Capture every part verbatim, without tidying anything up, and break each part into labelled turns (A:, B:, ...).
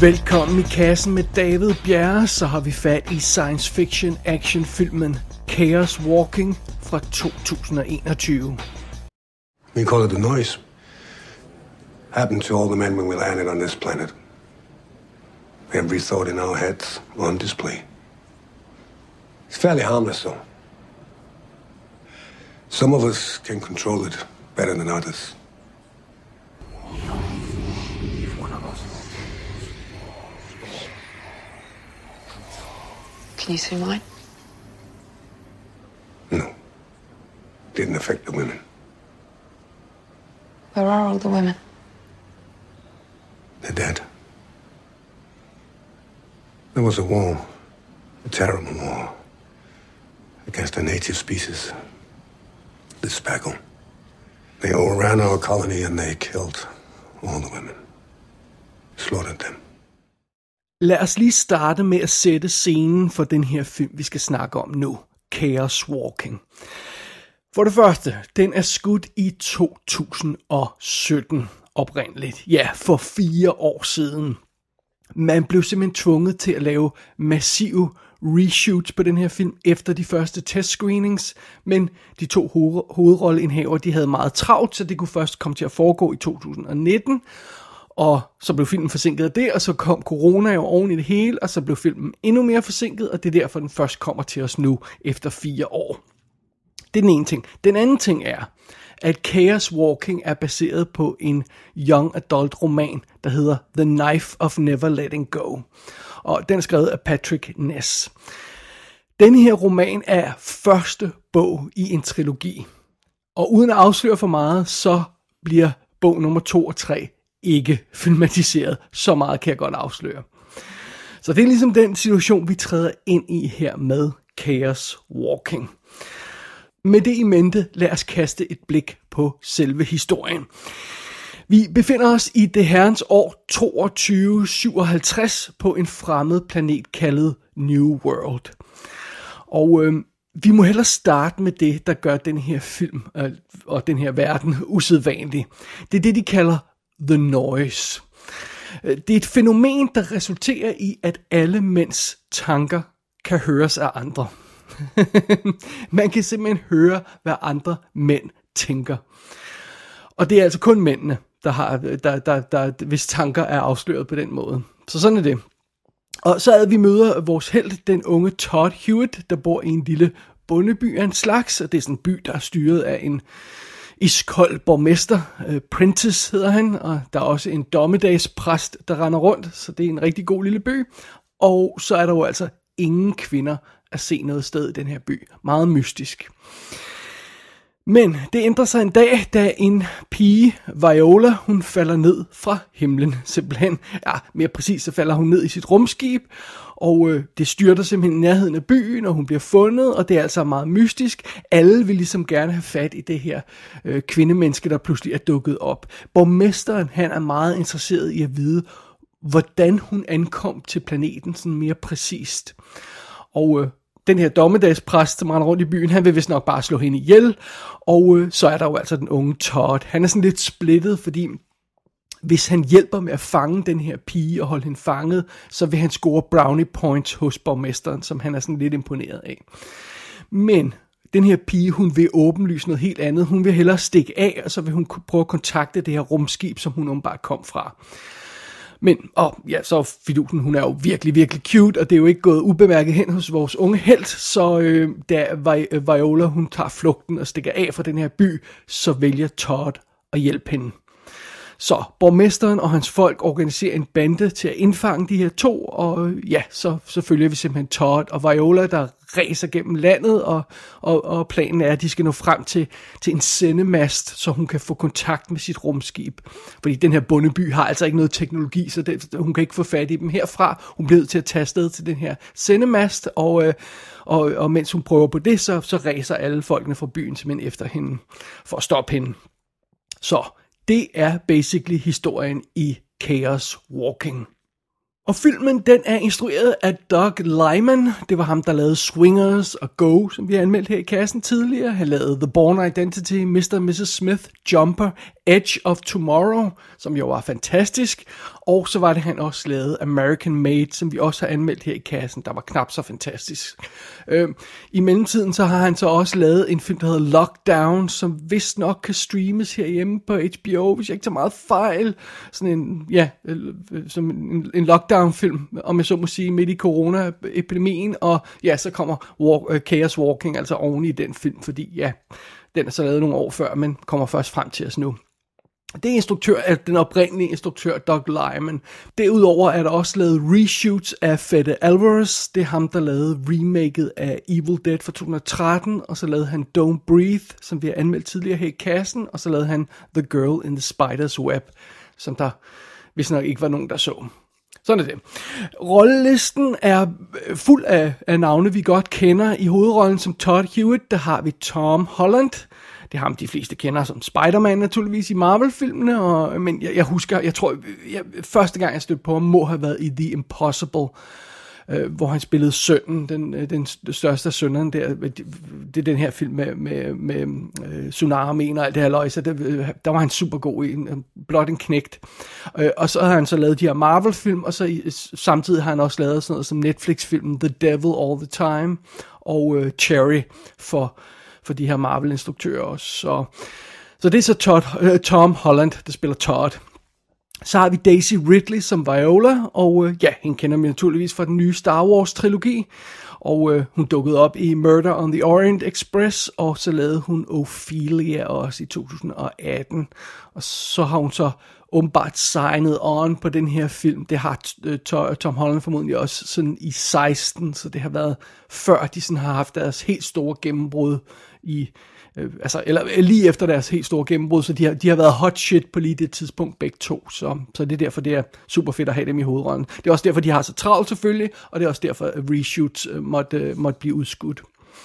A: Velkommen i kassen med David Bjerre, så har vi fat i science fiction actionfilmen Chaos Walking fra to tusind og enogtyve.
B: We call it the noise. Happened to all the men when we landed on this planet. Every thought in our heads on display. It's fairly harmless though. Some of us can control it better than others.
C: Can you see mine?
B: No. Didn't affect the women.
C: Where are all the women?
B: They're dead. There was a war, a terrible war, against a native species, the spackle. They overran our colony and they killed all the women. Slaughtered them.
A: Lad os lige starte med at sætte scenen for den her film, vi skal snakke om nu. Chaos Walking. For det første, den er skudt i to tusind og sytten oprindeligt. Ja, for fire år siden. Man blev simpelthen tvunget til at lave massive reshoots på den her film efter de første testscreenings, men de to hoved- hovedrolleindhavere, de havde meget travlt, så det kunne først komme til at foregå i to tusind og nitten, og så blev filmen forsinket af det, og så kom corona jo oven i det hele, og så blev filmen endnu mere forsinket, og det er derfor, den først kommer til os nu efter fire år. Det er den ene ting. Den anden ting er, at Chaos Walking er baseret på en young adult roman, der hedder The Knife of Never Letting Go. Og den er skrevet af Patrick Ness. Denne her roman er første bog i en trilogi. Og uden at afsløre for meget, så bliver bog nummer to og tre ikke filmatiseret. Så meget kan jeg godt afsløre. Så det er ligesom den situation, vi træder ind i her med Chaos Walking. Med det i mente, lad os kaste et blik på selve historien. Vi befinder os i det herrens år toogtyve syvoghalvtreds på en fremmed planet kaldet New World. Og øh, vi må hellere starte med det, der gør den her film øh, og den her verden usædvanlig. Det er det, de kalder The Noise. Det er et fænomen, der resulterer i, at alle mænds tanker kan høres af andre. Man kan simpelthen høre, hvad andre mænd tænker. Og det er altså kun mændene, der har, der, der, der, hvis tanker er afsløret på den måde. Så sådan er det. Og så er vi møder vores helt, den unge Todd Hewitt, der bor i en lille bondeby af en slags. Og det er sådan en by, der er styret af en iskold borgmester. Uh, Prentice hedder han, og der er også en dommedagspræst, der render rundt. Så det er en rigtig god lille by. Og så er der jo altså ingen kvinder at se noget sted i den her by. Meget mystisk. Men det ændrer sig en dag, da en pige, Viola, hun falder ned fra himlen. Simpelthen, ja, mere præcis, så falder hun ned i sit rumskib, og øh, det styrter simpelthen i nærheden af byen, og hun bliver fundet, og det er altså meget mystisk. Alle vil ligesom gerne have fat i det her øh, kvindemenneske, der pludselig er dukket op. Borgmesteren, han er meget interesseret i at vide, hvordan hun ankom til planeten sådan mere præcist. Og øh, den her dommedagspræst, som render rundt i byen, han vil vist nok bare slå hende ihjel. Og øh, så er der jo altså den unge Todd. Han er sådan lidt splittet, fordi hvis han hjælper med at fange den her pige og holde hende fanget, så vil han score brownie points hos borgmesteren, som han er sådan lidt imponeret af. Men den her pige, hun vil åbenlyse noget helt andet. Hun vil hellere stikke af, og så vil hun prøve at kontakte det her rumskib, som hun bare kom fra. Men, og ja, så fidusen, hun er jo virkelig, virkelig cute, og det er jo ikke gået ubemærket hen hos vores unge helt, så øh, da Viola, hun tager flugten og stikker af fra den her by, så vælger Todd at hjælpe hende. Så borgmesteren og hans folk organiserer en bande til at indfange de her to, og ja, så, så følger vi simpelthen Todd og Viola, der ræser gennem landet, og, og, og planen er, at de skal nå frem til, til en sendemast, så hun kan få kontakt med sit rumskib. Fordi den her bondeby har altså ikke noget teknologi, så det, hun kan ikke få fat i dem herfra. Hun bliver nødt til at tage afsted til den her sendemast, og, øh, og, og mens hun prøver på det, så, så ræser alle folkene fra byen simpelthen efter hende, for at stoppe hende. Så det er basically historien i Chaos Walking. Og filmen, den er instrueret af Doug Liman. Det var ham, der lavede Swingers og Go, som vi har anmeldt her i kassen tidligere. Han lavede The Bourne Identity, mister og missus Smith, Jumper, Edge of Tomorrow, som jo var fantastisk. Og så var det, han også lavede American Made, som vi også har anmeldt her i kassen, der var knap så fantastisk. Øh, I mellemtiden så har han så også lavet en film, der hedder Lockdown, som vist nok kan streames herhjemme på H B O, hvis jeg ikke tager meget fejl. Sådan en, ja, som en, en lockdown-film, om jeg så må sige, midt i corona-epidemien. Og ja, så kommer walk, uh, Chaos Walking altså oven i den film, fordi ja, den er så lavet nogle år før, men kommer først frem til os nu. Det er instruktør, den oprindelige instruktør, Doug Liman. Derudover er der også lavet reshoots af Fede Alvarez. Det er ham, der lavede remaket af Evil Dead fra to tusind og tretten. Og så lavede han Don't Breathe, som vi har anmeldt tidligere her i kassen. Og så lavede han The Girl in the Spider's Web, som der vist nok ikke var nogen, der så. Sådan er det. Rollelisten er fuld af, af navne, vi godt kender. I hovedrollen som Todd Hewitt, der har vi Tom Holland. Det er ham, de fleste kender som Spider-Man naturligvis i Marvel-filmene, og, men jeg, jeg husker, jeg tror, jeg, første gang jeg stødte på ham, må have været i The Impossible, øh, hvor han spillede sønnen, den, den største af sønnerne der. Det, det er den her film med, med, med uh, Tsunami og alt det her løg, så det, der var han super god i, en, blot en knægt. Øh, og så har han så lavet de her Marvel-film, og så i, samtidig har han også lavet sådan noget som Netflix-filmen The Devil All the Time, og uh, Cherry for... for de her Marvel-instruktører også. Så, så det er så Todd, uh, Tom Holland, der spiller Todd. Så har vi Daisy Ridley som Viola, og uh, ja, hende kender vi naturligvis fra den nye Star Wars-trilogi. Og uh, hun dukkede op i Murder on the Orient Express, og så lavede hun Ophelia også i to tusind og atten. Og så har hun så åbenbart signet on på den her film. Det har uh, Tom Holland formodentlig også sådan i seksten, så det har været før de sådan har haft deres helt store gennembrud i, øh, altså, eller lige efter deres helt store gennembrud, så de har, de har været hot shit på lige det tidspunkt begge to, så, så det er derfor, det er super fedt at have dem i hovedrollen. Det er også derfor, de har så travlt selvfølgelig, og det er også derfor, at reshoots øh, måtte, øh, måtte blive udskudt.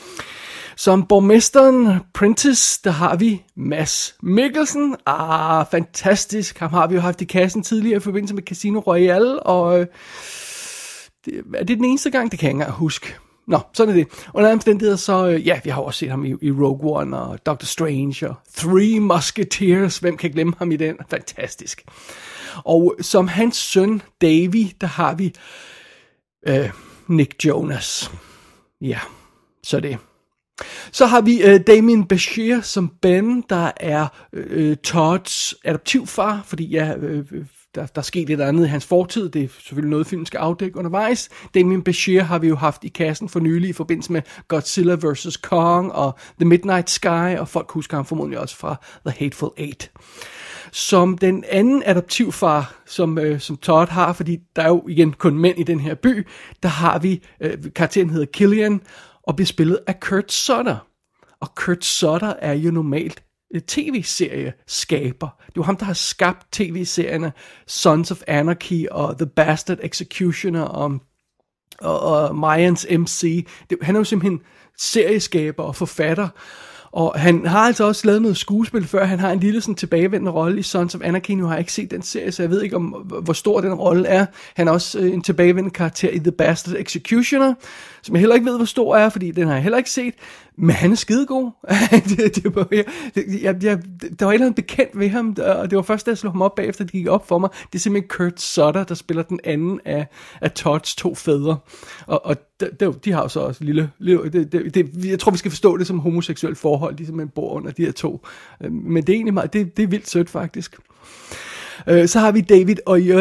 A: Som borgmesteren Prentice, der har vi Mads Mikkelsen. Ah, fantastisk. Ham har vi jo haft i kassen tidligere i forbindelse med Casino Royale, og øh, det, er det den eneste gang? Det kan jeg ikke engang huske. Nå, sådan er det. Under omstændigheder, så øh, ja, vi har også set ham i, i Rogue One og Doctor Strange og Three Musketeers. Hvem kan glemme ham i den? Fantastisk. Og som hans søn Davy, der har vi øh, Nick Jonas. Ja, så det. Så har vi øh, Damien Bashir som Ben, der er øh, Todds adoptivfar, fordi ja, øh, der, der er sket et andet i hans fortid. Det er selvfølgelig noget, filmen skal afdække undervejs. Damien Bashir har vi jo haft i kassen for nylig i forbindelse med Godzilla versus. Kong og The Midnight Sky, og folk husker ham formodentlig også fra The Hateful Eight. Som den anden adoptivfar, som, øh, som Todd har, fordi der er jo igen kun mænd i den her by, der har vi, øh, karakteren hedder Killian, og bliver spillet af Kurt Sutter. Og Kurt Sutter er jo normalt tv-serieskaber. Det er jo ham, der har skabt tv-serierne Sons of Anarchy og The Bastard Executioner og, og, og Mayans M C. Det, han er jo simpelthen serieskaber og forfatter. Og han har altså også lavet noget skuespil før. Han har en lille sådan tilbagevendende rolle i Sons of Anarchy. Nu har jeg ikke set den serie, så jeg ved ikke, om hvor stor den rolle er. Han er også øh, en tilbagevendende karakter i The Bastard Executioner, som jeg heller ikke ved, hvor stor er, fordi den har jeg heller ikke set. Men han er skidegod. det, det var, jeg, jeg, jeg, der var et eller andet bekendt ved ham, og det var først, da jeg slog ham op bagefter, det gik op for mig. Det er simpelthen Kurt Sutter, der spiller den anden af, af Todds to fædre. Og, og de, de har jo så også lille... lille det, det, det, jeg tror, vi skal forstå det som homoseksuelt forhold, de simpelthen bor under de her to. Men det er egentlig meget... Det, det er vildt sødt, faktisk. Så har vi David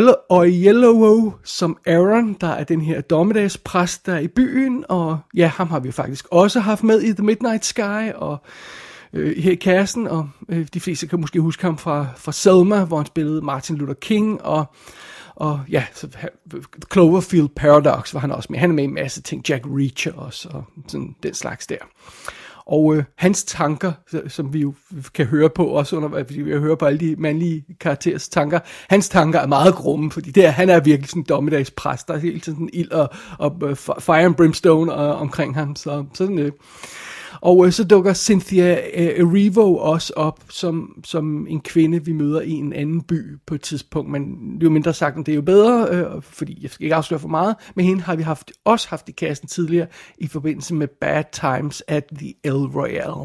A: Oyelowo som Aaron, der er den her dommedagspræst, der er i byen, og ja, ham har vi jo faktisk også haft med i The Midnight Sky, og øh, her i kassen, og øh, de fleste kan måske huske ham fra, fra Selma, hvor han spillede Martin Luther King, og, og ja, så, Cloverfield Paradox var han også med. Han er med i en masse ting, Jack Reacher også, og sådan den slags der. Og øh, hans tanker, som vi jo kan høre på, også under, fordi vi hører på alle de mandlige karakterers tanker, hans tanker er meget grumme, fordi det er, han er virkelig sådan en dommedagspræst, der er hele tiden sådan ild og, og fire and brimstone og, omkring ham, så sådan øh. Og øh, så dukker Cynthia øh, Erivo også op som, som en kvinde, vi møder i en anden by på et tidspunkt, men det er jo mindre sagt, det er jo bedre, øh, fordi jeg skal ikke afsløre for meget, men hende har vi haft, også haft i kassen tidligere i forbindelse med Bad Times at the El Royale.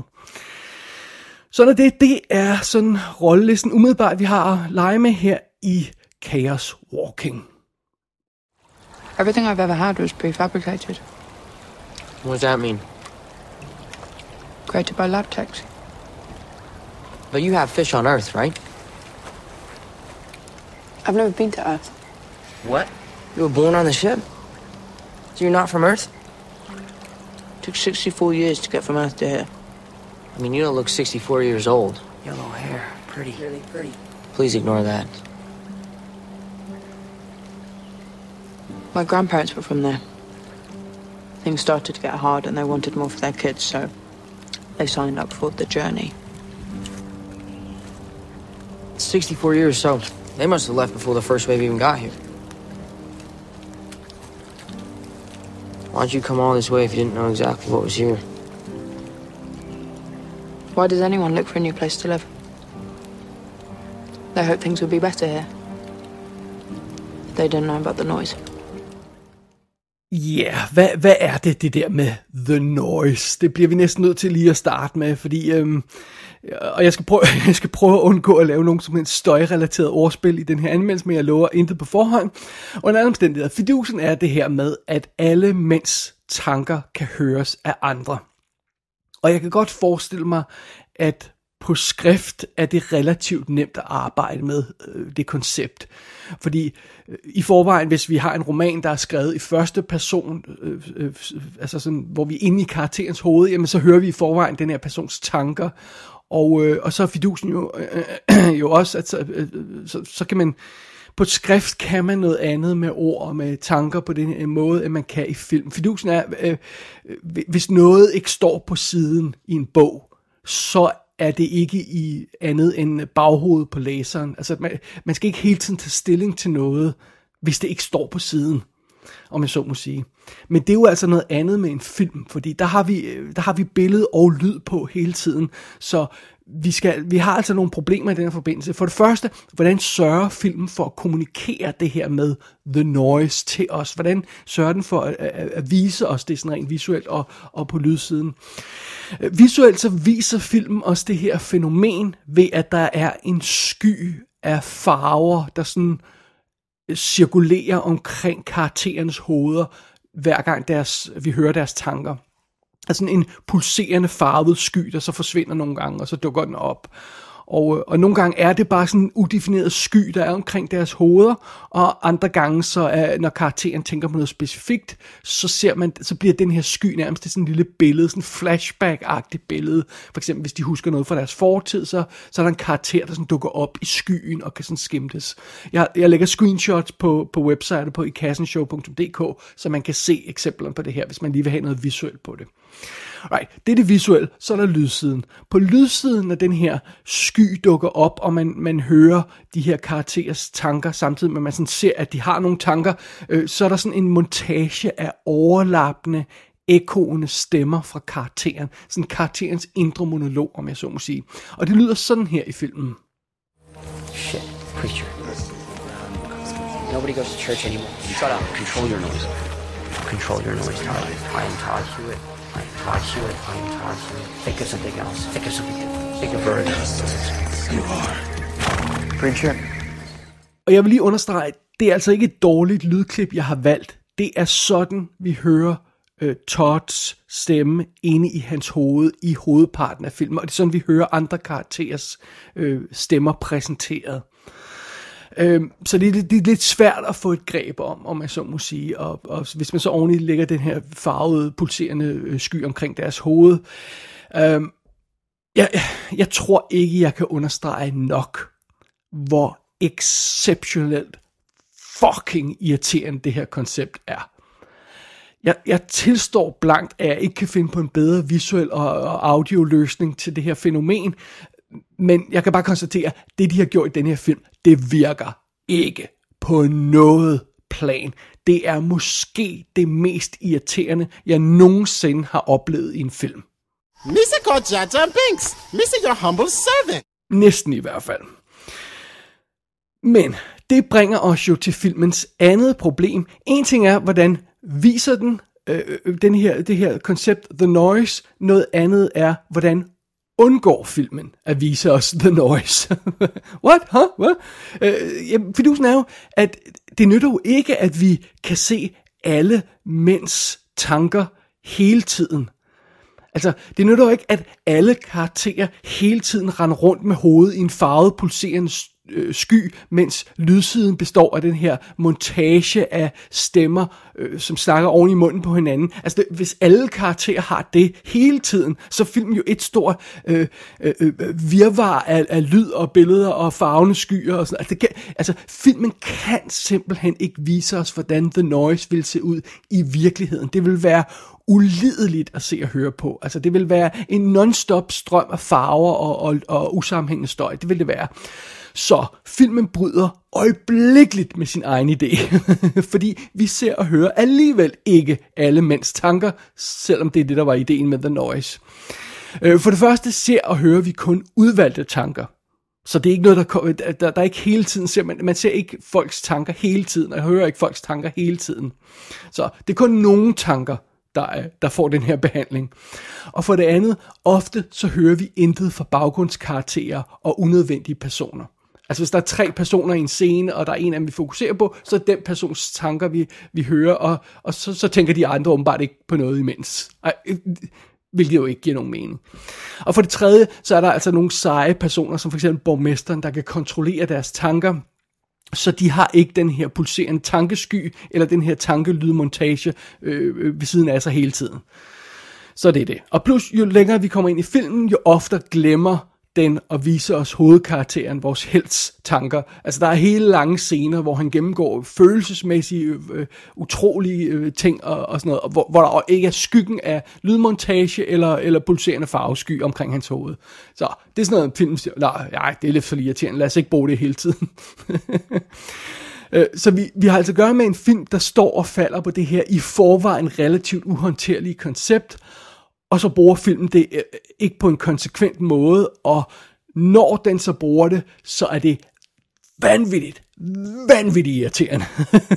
A: Sådan det, det er sådan rollelisten umiddelbart, vi har at lege med her i Chaos Walking.
C: Everything I've ever had was prefabricated.
D: What does that mean?
C: Created by lab techs.
D: But you have fish on Earth, right?
C: I've never been to Earth.
D: What? You were born on the ship? So you're not from Earth?
C: It took sixty-four years to get from Earth to here.
D: I mean, you don't look sixty-four years old. Yellow hair. Pretty.
C: Really pretty.
D: Please ignore that.
C: My grandparents were from there. Things started to get hard and they wanted more for their kids, so they signed up for the journey.
D: sixty-four years, so they must have left before the first wave even got here. Why'd you come all this way if you didn't know exactly what was here?
C: Why does anyone look for a new place to live? They hope things will be better here. They didn't know about the noise.
A: Ja, yeah, hvad, hvad er det, det der med The Noise? Det bliver vi næsten nødt til lige at starte med, fordi... Øhm, og jeg skal, prøve, jeg skal prøve at undgå at lave nogen som helst støjrelateret ordspil i den her anmeldelse, men jeg lover intet på forhånd. Og en anden omstændighed, fidusen er det her med, at alle mænds tanker kan høres af andre. Og jeg kan godt forestille mig, at på skrift er det relativt nemt at arbejde med øh, det koncept. Fordi øh, i forvejen, hvis vi har en roman, der er skrevet i første person, øh, øh, altså sådan, hvor vi er inde i karakterens hoved, jamen så hører vi i forvejen den her persons tanker. Og, øh, og så er fidusen jo, øh, jo også, at så, øh, så, så kan man... På skrift kan man noget andet med ord og med tanker på den måde, end man kan i film. Fidusen er, øh, hvis noget ikke står på siden i en bog, så er det ikke i andet end baghovedet på læseren. Altså, man, man skal ikke hele tiden tage stilling til noget, hvis det ikke står på siden, om jeg så må sige. Men det er jo altså noget andet med en film, fordi der har vi, der har vi billede og lyd på hele tiden, så vi, skal, vi har altså nogle problemer i den her forbindelse. For det første, hvordan sørger filmen for at kommunikere det her med The Noise til os? Hvordan sørger den for at, at, at vise os det sådan rent visuelt og, og på lydsiden? Visuelt så viser filmen os det her fænomen ved, at der er en sky af farver, der sådan cirkulerer omkring karakterernes hoveder, hver gang deres, vi hører deres tanker. Altså en pulserende farvet sky, der så forsvinder nogle gange, og så dukker den op. Og, og nogle gange er det bare sådan en udefineret sky, der er omkring deres hoveder, og andre gange, så er, når karakteren tænker på noget specifikt, så, ser man, så bliver den her sky nærmest til sådan en lille billede, sådan en flashback-agtigt billede. For eksempel, hvis de husker noget fra deres fortid, så, så er der en karakter, der sådan dukker op i skyen og kan sådan skimtes. Jeg, jeg lægger screenshots på, på websitet på i kassenshow punktum d k, så man kan se eksemplerne på det her, hvis man lige vil have noget visuelt på det. Right, det er det visuelle, så er der lydsiden. På lydsiden, når den her sky dukker op, og man, man hører de her karakterers tanker, samtidig med at man sådan ser, at de har nogle tanker, øh, så er der sådan en montage af overlappende, ekkoende stemmer fra karakteren. Sådan karakterens indre monolog, om jeg så må sige. Og det lyder sådan her i filmen.
D: Shit, preacher. Nobody goes to church anymore. Shut up. Control your noise. Control your noise, Todd. I am Todd Hewitt. I am Todd Hewitt. I am Todd Hewitt. Think of something else. Think of something different. Think of bird. You are. Preacher.
A: Og jeg vil lige understrege, det er altså ikke et dårligt lydklip, jeg har valgt. Det er sådan, vi hører øh, Todds stemme inde i hans hoved, i hovedparten af filmen. Og det er sådan, vi hører andre karakterers øh, stemmer præsenteret. Øhm, så det er, det er lidt svært at få et greb om, om man så må sige, og, og hvis man så oveni lægger den her farvede, pulserende sky omkring deres hoved. Øhm, jeg, jeg tror ikke, jeg kan understrege nok, hvor exceptionelt fucking irriterende det her koncept er. Jeg, jeg tilstår blankt, at jeg ikke kan finde på en bedre visuel og, og audioløsning til det her fænomen, men jeg kan bare konstatere, at det, de har gjort i den her film, det virker ikke på noget plan. Det er måske det mest irriterende, jeg nogensinde har oplevet i en film.
E: mister Jaja Binks, mister Your humble servant.
A: Næsten i hvert fald. Men det bringer os jo til filmens andet problem. En ting er, hvordan viser den øh, den her, det her koncept The Noise. Noget andet er, hvordan undgår filmen at vise os The Noise. What? Huh? What? Øh, ja, fidusen er jo, at det nytter jo ikke, at vi kan se alle mænds tanker hele tiden. Altså, det nytter jo ikke, at alle karakterer hele tiden render rundt med hovedet i en farvet, pulserende øh, sky, mens lydsiden består af den her montage af stemmer, øh, som snakker oven i munden på hinanden. Altså, det, hvis alle karakterer har det hele tiden, så er filmen jo et stort øh, øh, øh, virvar af, af lyd og billeder og farvende skyer og sådan. Altså, det kan, altså, filmen kan simpelthen ikke vise os, hvordan The Noise vil se ud i virkeligheden. Det vil være ulideligt at se og høre på. Altså, det vil være en non-stop strøm af farver og, og, og usammenhængende støj. Det vil det være. Så filmen bryder øjeblikkeligt med sin egen idé. Fordi vi ser og hører alligevel ikke alle mænds tanker, selvom det er det, der var ideen med The Noise. For det første ser og hører vi kun udvalgte tanker. Så det er ikke noget, der, der, der ikke hele tiden ser, man, man ser ikke folks tanker hele tiden, og hører ikke folks tanker hele tiden. Så det er kun nogle tanker, Der, der får den her behandling. Og for det andet, ofte så hører vi intet fra baggrundskarakterer og unødvendige personer. Altså hvis der er tre personer i en scene, og der er en af dem, vi fokuserer på, så er den persons tanker, vi, vi hører, og, og så, så tænker de andre åbenbart ikke på noget imens. Ej, hvilket jo ikke giver nogen mening. Og for det tredje, så er der altså nogle seje personer, som for eksempel borgmesteren, der kan kontrollere deres tanker, så de har ikke den her pulserende tankesky, eller den her tankelydmontage øh, ved siden af sig hele tiden. Så det er det. Og plus, jo længere vi kommer ind i filmen, jo oftere glemmer den at vise os hovedkarakteren, vores helts tanker. Altså der er hele lange scener, hvor han gennemgår følelsesmæssige, øh, utrolige øh, ting og, og sådan noget, hvor, hvor der ikke er skyggen af lydmontage eller, eller pulserende farvesky omkring hans hoved. Så det er sådan noget, film siger, nej, nej, det er lidt for irriterende, lad os ikke bruge det hele tiden. Så vi, vi har altså at gøre med en film, der står og falder på det her i forvejen relativt uhåndterlige koncept, og så bruger filmen det ikke på en konsekvent måde, og når den så bruger det, så er det vanvittigt, vanvittigt irriterende.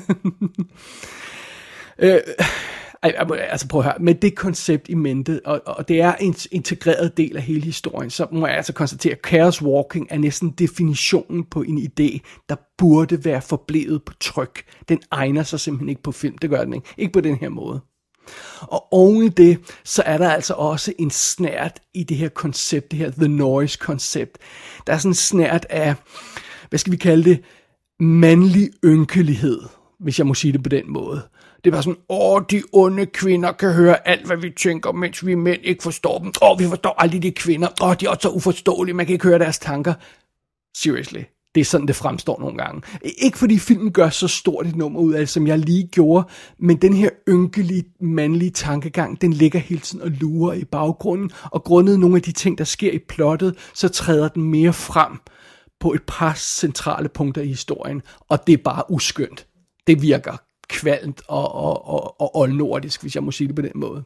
A: øh, altså prøv at høre, med det koncept i mente, og, og det er en integreret del af hele historien, så må jeg altså konstatere, at Chaos Walking er næsten definitionen på en idé, der burde være forblevet på tryk. Den egner sig simpelthen ikke på film, det gør den ikke, ikke på den her måde. Og oven i det, så er der altså også en snert i det her koncept, det her The Noise koncept. Der er sådan en snert af, hvad skal vi kalde det, mandlig ynkelighed, hvis jeg må sige det på den måde. Det var sådan, åh, de onde kvinder kan høre alt, hvad vi tænker, mens vi mænd ikke forstår dem. Åh, vi forstår aldrig de kvinder. Åh, de er også så uforståelige, man kan ikke høre deres tanker. Seriously. Det er sådan, det fremstår nogle gange. Ikke fordi filmen gør så stort et nummer ud af det, som jeg lige gjorde, men den her ynkelige, mandlige tankegang, den ligger hele tiden og lurer i baggrunden, og grundet nogle af de ting, der sker i plottet, så træder den mere frem på et par centrale punkter i historien, og det er bare uskyndt. Det virker kvalmt og, og, og, og oldnordisk, hvis jeg må sige det på den måde.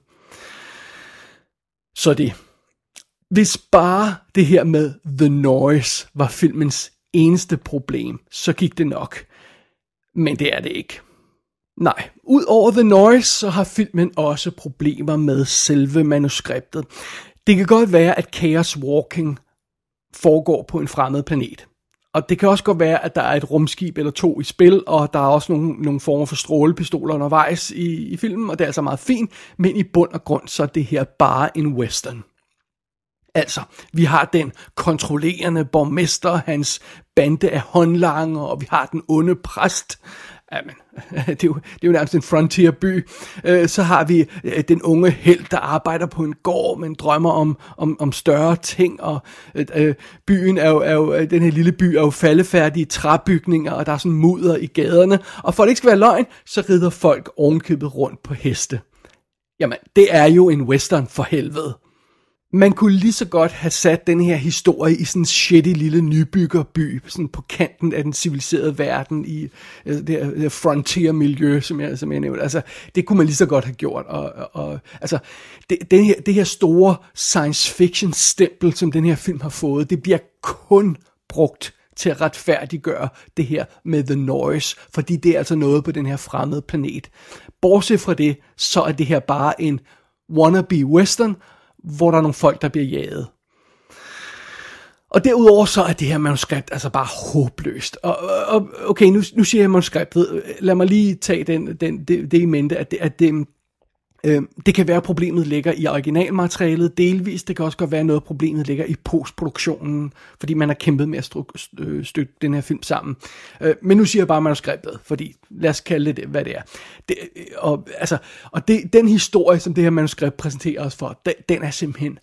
A: Så det. Hvis bare det her med The Noise var filmens eneste problem, så gik det nok. Men det er det ikke. Nej, udover The Noise, så har filmen også problemer med selve manuskriptet. Det kan godt være, at Chaos Walking foregår på en fremmed planet. Og det kan også godt være, at der er et rumskib eller to i spil, og der er også nogle, nogle former for strålepistoler undervejs i, i filmen, og det er altså meget fint, men i bund og grund, så er det her bare en western. Altså, vi har den kontrollerende borgmester, hans bande af håndlanger, og vi har den onde præst. Jamen, det er jo, det er jo nærmest en frontierby. Så har vi den unge helt, der arbejder på en gård, men drømmer om, om, om større ting, og øh, byen er jo, er jo, den her lille by er jo faldefærdige træbygninger, og der er sådan mudder i gaderne, og for at det ikke skal være løgn, så rider folk ovenkøbet rundt på heste. Jamen, det er jo en western for helvede. Man kunne lige så godt have sat den her historie i sådan en shitty lille nybyggerby, sådan på kanten af den civiliserede verden, i det her, det her frontier-miljø, som jeg, som jeg nævnte. Altså, det kunne man lige så godt have gjort. Og, og, altså, det, det, her, det her store science fiction stempel, som den her film har fået, det bliver kun brugt til at retfærdiggøre det her med The Noise, fordi det er altså noget på den her fremmede planet. Bortset fra det, så er det her bare en wannabe western, hvor der er nogle folk, der bliver jaget. Og derudover så er det her manuskript altså bare håbløst. Og, og okay, nu, nu siger jeg manuskriptet. Lad mig lige tage den, den, det, det i mente, at det, at det, øh, det kan være, at problemet ligger i originalmaterialet delvis. Det kan også godt være, noget af problemet ligger i postproduktionen, fordi man har kæmpet med at stru- støtte den her film sammen. Øh, men nu siger jeg bare manuskriptet, fordi lad os kalde det, hvad det er. Det, og altså, og det, den historie, som det her manuskript præsenterer os for, den, den er simpelthen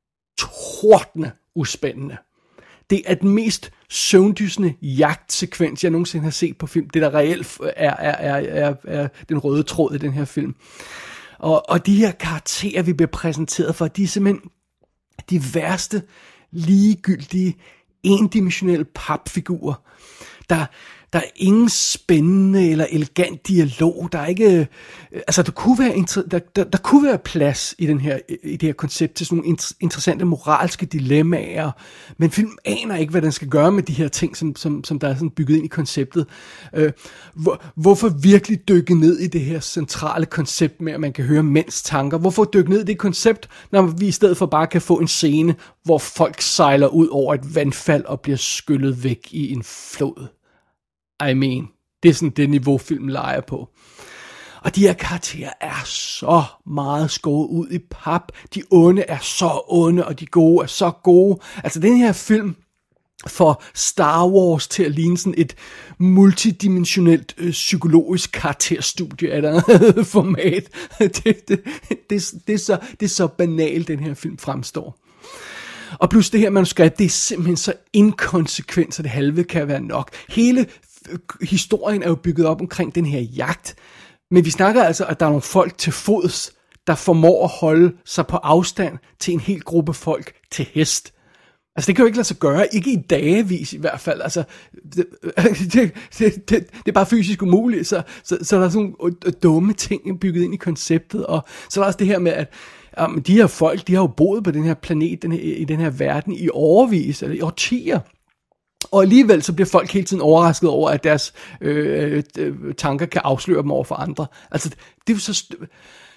A: tordende uspændende. Det er den mest søvndysende jagtsekvens, jeg nogensinde har set på film. Det, der reelt er, er, er, er, er den røde tråd i den her film. Og, og de her karakterer, vi bliver præsenteret for, de er simpelthen de værste, ligegyldige, endimensionelle papfigurer. Der, der er ingen spændende eller elegant dialog. Der er ikke, altså der kunne være inter, der, der, der kunne være plads i den her i det her koncept til sådan nogle inter, interessante moralske dilemmaer, men film aner ikke, hvad den skal gøre med de her ting, som som, som der er sådan bygget ind i konceptet. Øh, hvor, hvorfor virkelig dykke ned i det her centrale koncept med, at man kan høre mænds tanker? Hvorfor dykke ned i det koncept, når vi i stedet for bare kan få en scene, hvor folk sejler ud over et vandfald og bliver skyllet væk i en flod? I mean, det er sådan det niveau, filmen leger på. Og de her karakterer er så meget skåret ud i pap. De onde er så onde, og de gode er så gode. Altså, den her film får Star Wars til at ligne sådan et multidimensionelt øh, psykologisk karakterstudie af et andet format. det, det, det, det, det, er så, det er så banalt, den her film fremstår. Og plus det her manuskript, det er simpelthen så inkonsekvent, så det halve kan være nok. Hele historien er jo bygget op omkring den her jagt, men vi snakker altså, at der er nogle folk til fods, der formår at holde sig på afstand til en hel gruppe folk til hest. Altså det kan jo ikke lade sig gøre, ikke i dagevis i hvert fald, altså det, det, det, det, det er bare fysisk umuligt, så, så, så der er sådan nogle dumme ting bygget ind i konceptet, og så er der også det her med, at um, de her folk, de har jo boet på den her planet, den her, i den her verden i årevis, eller i årtier. Og alligevel så bliver folk hele tiden overrasket over, at deres øh, øh, tanker kan afsløre dem over for andre. Altså, det er jo så... St-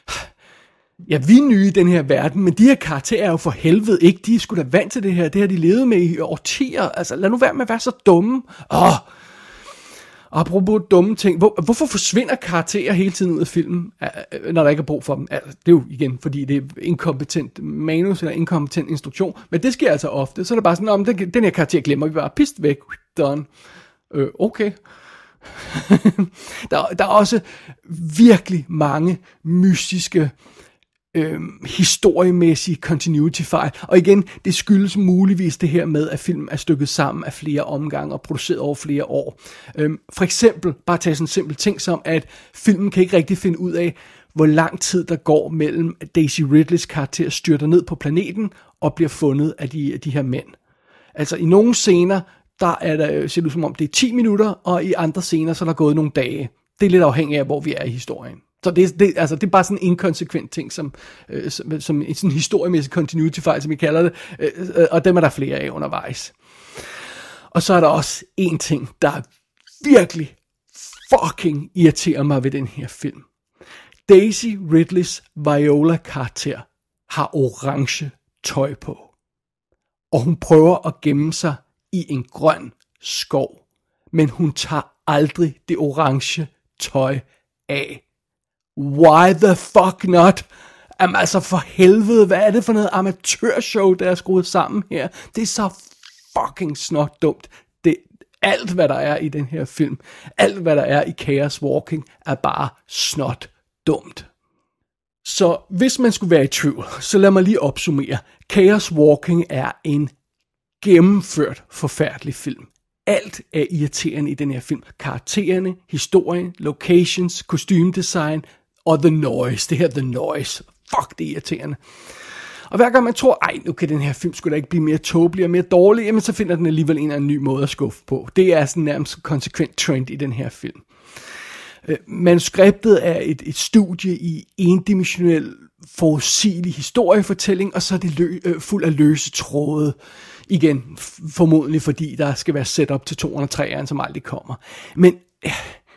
A: ja, vi er nye i den her verden, men de her karakterer er jo for helvede ikke. De er sgu da vant til det her. Det har de levet med i årtier. Altså, lad nu være med at være så dumme. Åh! Og apropos dumme ting. Hvor, hvorfor forsvinder karakterer hele tiden ud af filmen, når der ikke er brug for dem? Altså, det er jo igen, fordi det er inkompetent manus eller inkompetent instruktion. Men det sker altså ofte. Så er det bare sådan, om den, den her karakter glemmer vi bare. Pist væk. Done. Øh, okay. der, der er også virkelig mange mystiske Øhm, historiemæssige continuity fejl. Og igen, det skyldes muligvis det her med, at film er stykket sammen af flere omgange og produceret over flere år. Øhm, for eksempel, bare tage sådan en simpel ting som, at filmen kan ikke rigtig finde ud af, hvor lang tid der går mellem, at Daisy Ridleys karakter styrter ned på planeten og bliver fundet af de, af de her mænd. Altså i nogle scener, der er der, ser det ud som om det er ti minutter, og i andre scener, så er der gået nogle dage. Det er lidt afhængigt af, hvor vi er i historien. Så det, det, altså, det er bare sådan en inkonsekvent ting, som, øh, som, som en sådan historiemæssig continuity fejl, som vi kalder det, øh, og dem er der flere af undervejs. Og så er der også en ting, der virkelig fucking irriterer mig ved den her film. Daisy Ridleys Viola-karakter har orange tøj på, og hun prøver at gemme sig i en grøn skov, men hun tager aldrig det orange tøj af. Why the fuck not? Jamen altså for helvede, hvad er det for noget amatørshow, der er skruet sammen her? Det er så fucking snot dumt. Det, alt hvad der er i den her film, alt hvad der er i Chaos Walking, er bare snot dumt. Så hvis man skulle være i tvivl, så lad mig lige opsummere. Chaos Walking er en gennemført forfærdelig film. Alt er irriterende i den her film. Karaktererne, historien, locations, kostumedesign og the noise. Det her the noise. Fuck, det er irriterende. Og hver gang man tror, ej, nu kan den her film skulle da ikke blive mere tåbelig og mere dårlig, jamen så finder den alligevel en eller anden ny måde at skuffe på. Det er sådan nærmest konsekvent trend i den her film. Øh, manuskriptet er et, et studie i endimensionel, forudsigelig historiefortælling, og så er det lø- øh, fuld af løse tråde. Igen, formodentlig fordi der skal være setup til to hundrede og tre, som aldrig kommer. Men øh,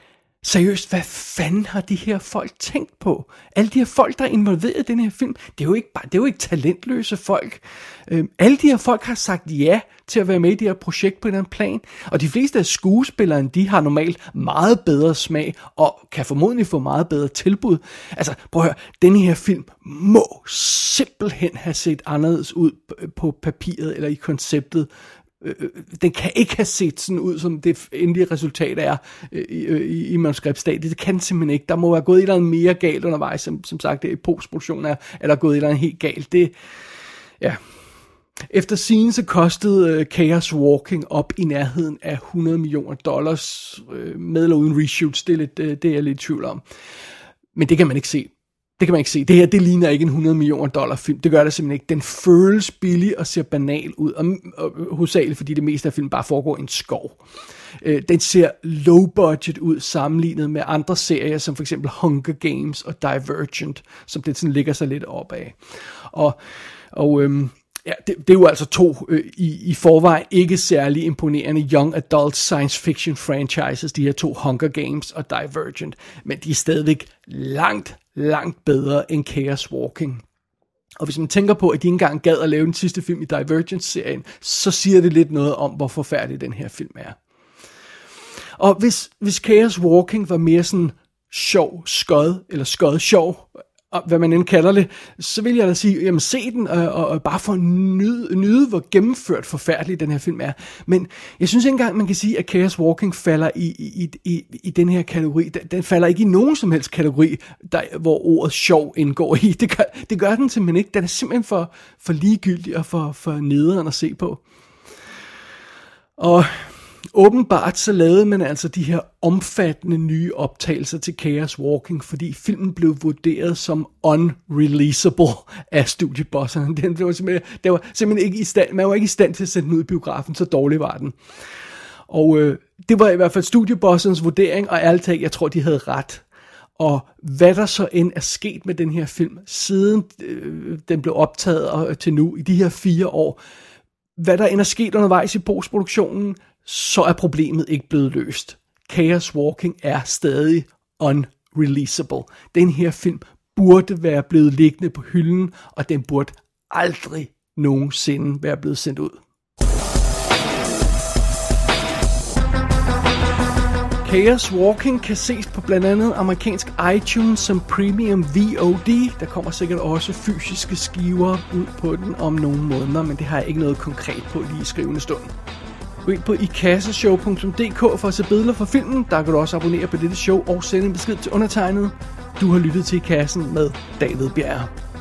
A: Seriøst, hvad fanden har de her folk tænkt på? Alle de her folk, der er involveret i den her film, det er jo ikke, bare, det er jo ikke talentløse folk. Øhm, alle de her folk har sagt ja til at være med i det her projekt på en eller anden plan. Og de fleste af skuespillerne, de har normalt meget bedre smag, og kan formodentlig få meget bedre tilbud. Altså, prøv at høre, den her film må simpelthen have set anderledes ud på papiret eller i konceptet. Den kan ikke have set sådan ud, som det endelige resultat er i, i, i manuskriptstadiet. Det kan simpelthen ikke. Der må være gået et eller andet mere galt undervejs, som, som sagt, det i postproduktionen er, er der gået et eller andet helt galt. Det, ja. Efter scene så kostede uh, Chaos Walking op i nærheden af hundrede millioner dollars, uh, med eller uden reshoots, det er, lidt, uh, det er jeg lidt i tvivl om. Men det kan man ikke se. Det kan man ikke se. Det her, det ligner ikke en hundrede millioner dollar film. Det gør det simpelthen ikke. Den føles billig og ser banal ud. Og, og hovedsageligt, fordi det meste af filmen bare foregår i en skov. Øh, den ser low budget ud sammenlignet med andre serier, som for eksempel Hunger Games og Divergent, som det sådan ligger sig lidt op af. Og, og øhm, ja, det, det er jo altså to øh, i, i forvejen ikke særlig imponerende young adult science fiction franchises, de her to Hunger Games og Divergent. Men de er stadigvæk langt langt bedre end Chaos Walking. Og hvis man tænker på, at de ikke engang gad at lave den sidste film i Divergent-serien, så siger det lidt noget om, hvor forfærdelig den her film er. Og hvis, hvis Chaos Walking var mere sådan sjov, skød, eller skød sjov, hvad man end kalder det, så vil jeg da sige, jamen se den, og, og bare for at nyde, nyde, hvor gennemført forfærdelig den her film er. Men jeg synes ikke engang, man kan sige, at Chaos Walking falder i, i, i, i den her kategori. Den, den falder ikke i nogen som helst kategori, der, hvor ordet sjov indgår i. Det gør, det gør den simpelthen ikke. Den er simpelthen for, for ligegyldig og for, for nederen at se på. Og åbenbart så lavede man altså de her omfattende nye optagelser til Chaos Walking, fordi filmen blev vurderet som unreleasable af studiebosserne. Den var simpelthen, den var simpelthen ikke i stand, man var ikke i stand til at sætte den ud i biografen, så dårlig var den. Og øh, det var i hvert fald studiobossernes vurdering, og ærligt talt, jeg tror, de havde ret. Og hvad der så end er sket med den her film, siden øh, den blev optaget og til nu, i de her fire år, hvad der end er sket undervejs i postproduktionen, så er problemet ikke blevet løst. Chaos Walking er stadig unreleasable. Den her film burde være blevet liggende på hylden, og den burde aldrig nogensinde være blevet sendt ud. Chaos Walking kan ses på blandt andet amerikansk iTunes som Premium V O D. Der kommer sikkert også fysiske skiver ud på den om nogle måneder, men det har jeg ikke noget konkret på lige i skrivende stund. Gå ind på i kasseshow punktum d k for at se billeder fra filmen. Der kan du også abonnere på dette show og sende en besked til undertegnet. Du har lyttet til I Kassen med David Bjerre.